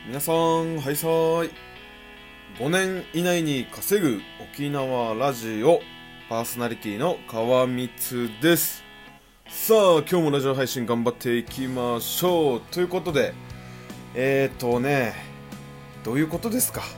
皆さん、はいさーい。5年以内に稼ぐ沖縄ラジオパーソナリティの川光です。さあ、今日もラジオ配信頑張っていきましょう。ということで、どういうことですか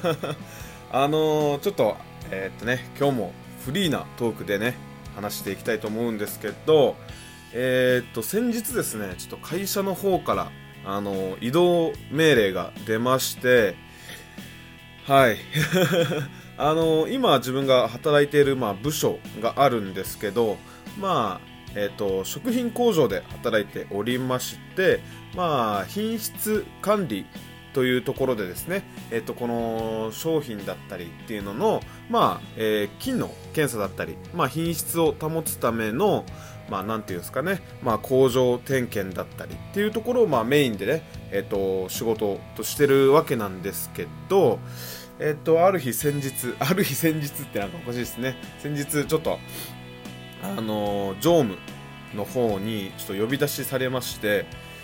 ちょっと、今日もフリーなトークでね、話していきたいと思うんですけど、先日ですね、ちょっと会社の方から、移動命令が出まして、はい。今自分が働いている、部署があるんですけど、食品工場で働いておりまして、品質管理というところでですね、この商品だったりっていうのの、菌の検査だったり、品質を保つための、なんていうんですかね、工場点検だったりっていうところを、メインでね、仕事としてるわけなんですけど、ある日先日ってなんかおかしいですね。先日ちょっと、常務の方にちょっと呼び出しされまして、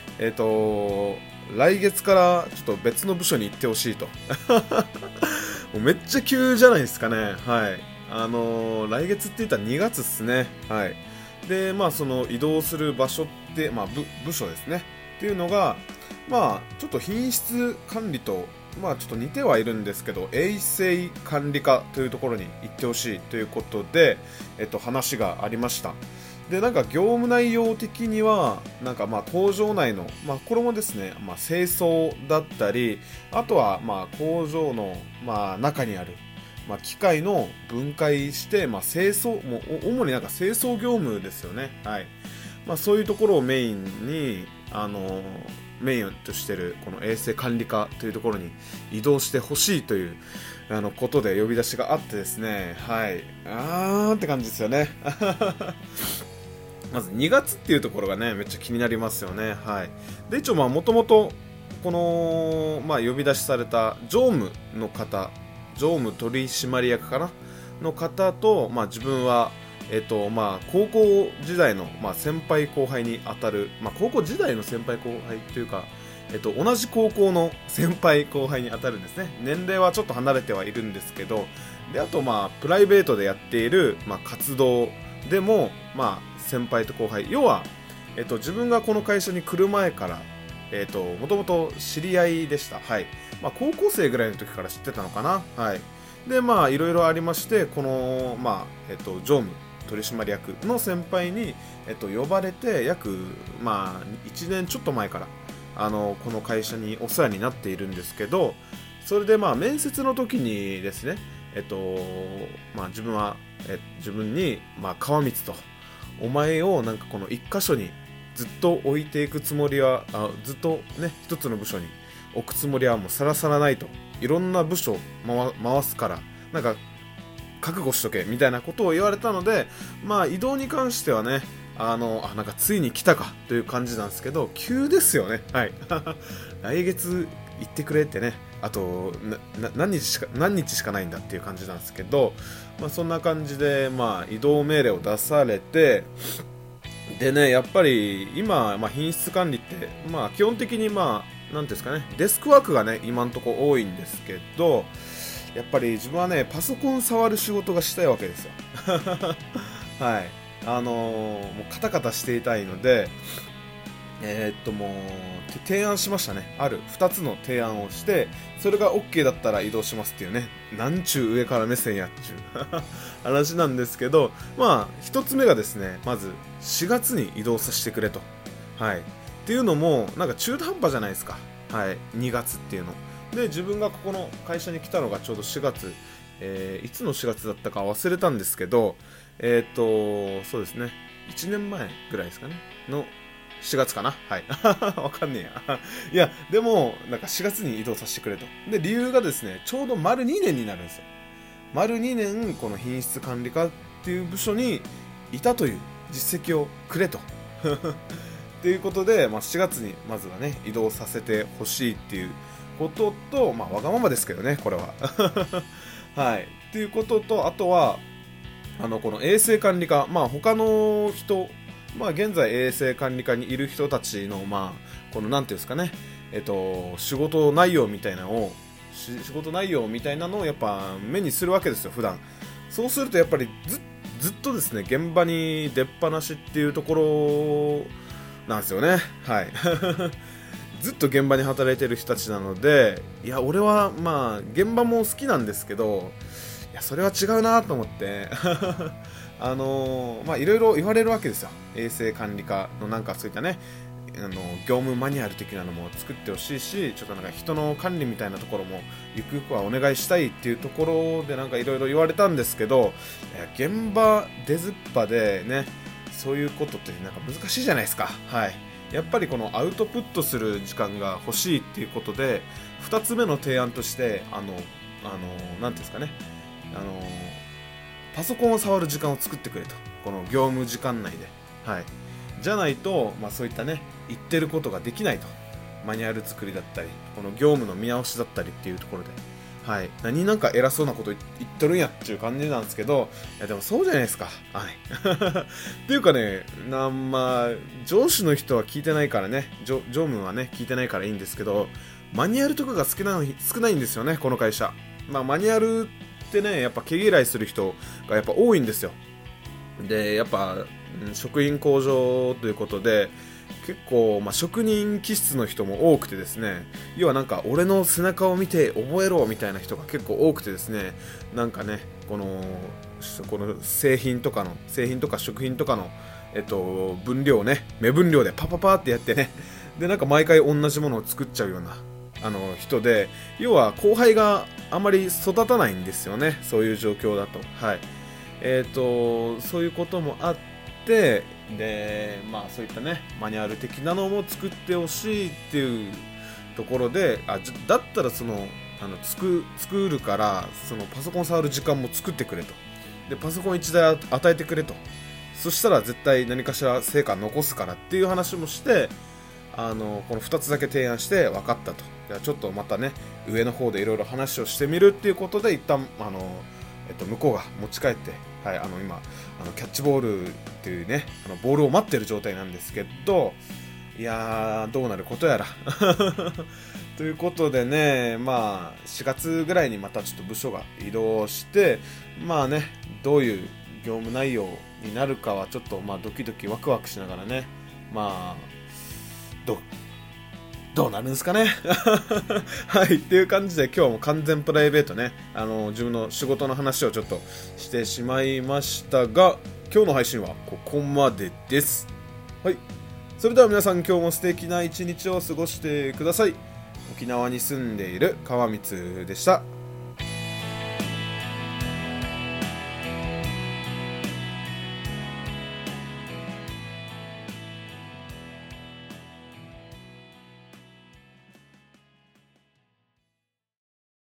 来月からちょっと別の部署に行ってほしいと。もうめっちゃ急じゃないですかね。はい。来月って言ったら2月っすね。はい。で、その移動する場所って、部署ですね。っていうのが、ちょっと品質管理と、ちょっと似てはいるんですけど、衛生管理課というところに行ってほしいということで、話がありました。で、なんか業務内容的には、なんか工場内の、これもですね、清掃だったり、あとは工場の、中にある、機械の分解して、清掃、もう主になんか清掃業務ですよね。はい。そういうところをメインに、メインとしているこの衛生管理課というところに移動してほしいということで呼び出しがあってですね、はい、って感じですよね。まず2月っていうところがね、めっちゃ気になりますよね。はい。で、一応もともとこの、呼び出しされた常務の方、常務取締役かなの方と、自分は高校時代の、先輩後輩に当たる、高校時代の先輩後輩というか、同じ高校の先輩後輩に当たるんですね。年齢はちょっと離れてはいるんですけど、で、あとプライベートでやっている、活動でも、先輩と後輩、要は、自分がこの会社に来る前から、もともと知り合いでした。はい。高校生ぐらいの時から知ってたのかな。はい。で、いろいろありまして、この、常務、取締役の先輩に、呼ばれて約、1年ちょっと前からこの会社にお世話になっているんですけど、それで面接の時にですね、自分は、自分に、川光とお前をなんかこの一箇所にずっと置いていくつもりはずっとね一つの部署に置くつもりはもうさらさらないと、いろんな部署を回すからなんか覚悟しとけみたいなことを言われたので、移動に関してはね、なんかついに来たかという感じなんですけど、急ですよね。はい。来月行ってくれってね、あと何日しかないんだっていう感じなんですけど、そんな感じで移動命令を出されて、でね、やっぱり今、品質管理って基本的になんていうんですかね、デスクワークがね今んとこ多いんですけど、やっぱり自分はねパソコン触る仕事がしたいわけですよ。はい。もうカタカタしていたいので、もう提案しましたね。ある2つの提案をして、それが OK だったら移動しますっていうね、なんちゅう上から目線やっちゅう話なんですけど、1つ目がですね、まず4月に移動させてくれと。はい。っていうのもなんか中途半端じゃないですか。はい。2月っていうので、自分がここの会社に来たのがちょうど4月、いつの4月だったか忘れたんですけど、そうですね、1年前ぐらいですかねの4月かな。はい。わかんねえや。いや、でも、なんか4月に移動させてくれと。で、理由がですね、ちょうど丸2年になるんですよ。丸2年、この品質管理課っていう部署にいたという実績をくれと。っていうことで、4月にまずはね、移動させてほしいっていうことと、わがままですけどね、これは。はい。っていうことと、あとは、この衛生管理課、他の人、現在衛生管理課にいる人たちの、このなんていうんですかね、 仕事内容みたいなのをやっぱ目にするわけですよ、普段。そうするとやっぱりずっとですね、現場に出っ放しっていうところなんですよね。はい。ずっと現場に働いてる人たちなので、いや、俺はまあ、現場も好きなんですけど、いや、それは違うなと思って、まあ、いろいろ言われるわけですよ。衛生管理課のなんかそういったね、業務マニュアル的なのも作ってほしいし、ちょっとなんか人の管理みたいなところもゆくゆくはお願いしたいっていうところでなんかいろいろ言われたんですけど、現場出ずっぱでね、そういうことってなんか難しいじゃないですか。はい。やっぱりこのアウトプットする時間が欲しいっていうことで、2つ目の提案としてなんていうんですかね、パソコンを触る時間を作ってくれと、この業務時間内で。はい。じゃないと、まあ、そういったね、言ってることができないと。マニュアル作りだったり、この業務の見直しだったりっていうところで、はい、なんか偉そうなこと言っとるんやっていう感じなんですけど、いやでもそうじゃないですか。はい。っていうかね、まあ、上司の人は聞いてないからね、常務はね、聞いてないからいいんですけど、マニュアルとかが少ないんですよね、この会社。まあ、マニュアルってね、やっぱ毛嫌いする人がやっぱ多いんですよ。で、やっぱ、食品工場ということで、結構、まあ、職人気質の人も多くてですね、要はなんか俺の背中を見て覚えろみたいな人が結構多くてですね、なんかね、この製品とか食品とかの、分量をね、目分量でパパパってやってね、でなんか毎回同じものを作っちゃうような人で、要は後輩があまり育たないんですよね、そういう状況だと。はい。そういうこともあって、でまあそういったねマニュアル的なのも作ってほしいっていうところで、だったら作るからそのパソコン触る時間も作ってくれと。でパソコン1台与えてくれと。そしたら絶対何かしら成果残すからっていう話もして、この2つだけ提案して分かったと。じゃあちょっとまたね上の方でいろいろ話をしてみるっていうことで、一旦向こうが持ち帰って、はい、今キャッチボールっていうねボールを待ってる状態なんですけど、いやーどうなることやらということでね、まあ4月ぐらいにまたちょっと部署が移動して、まあねどういう業務内容になるかはちょっとまあドキドキワクワクしながらね、まあどうなるんですかねはいっていう感じで、今日も完全プライベートね、自分の仕事の話をちょっとしてしまいましたが、今日の配信はここまでです。はい、それでは皆さん、今日も素敵な一日を過ごしてください。沖縄に住んでいる川光でした。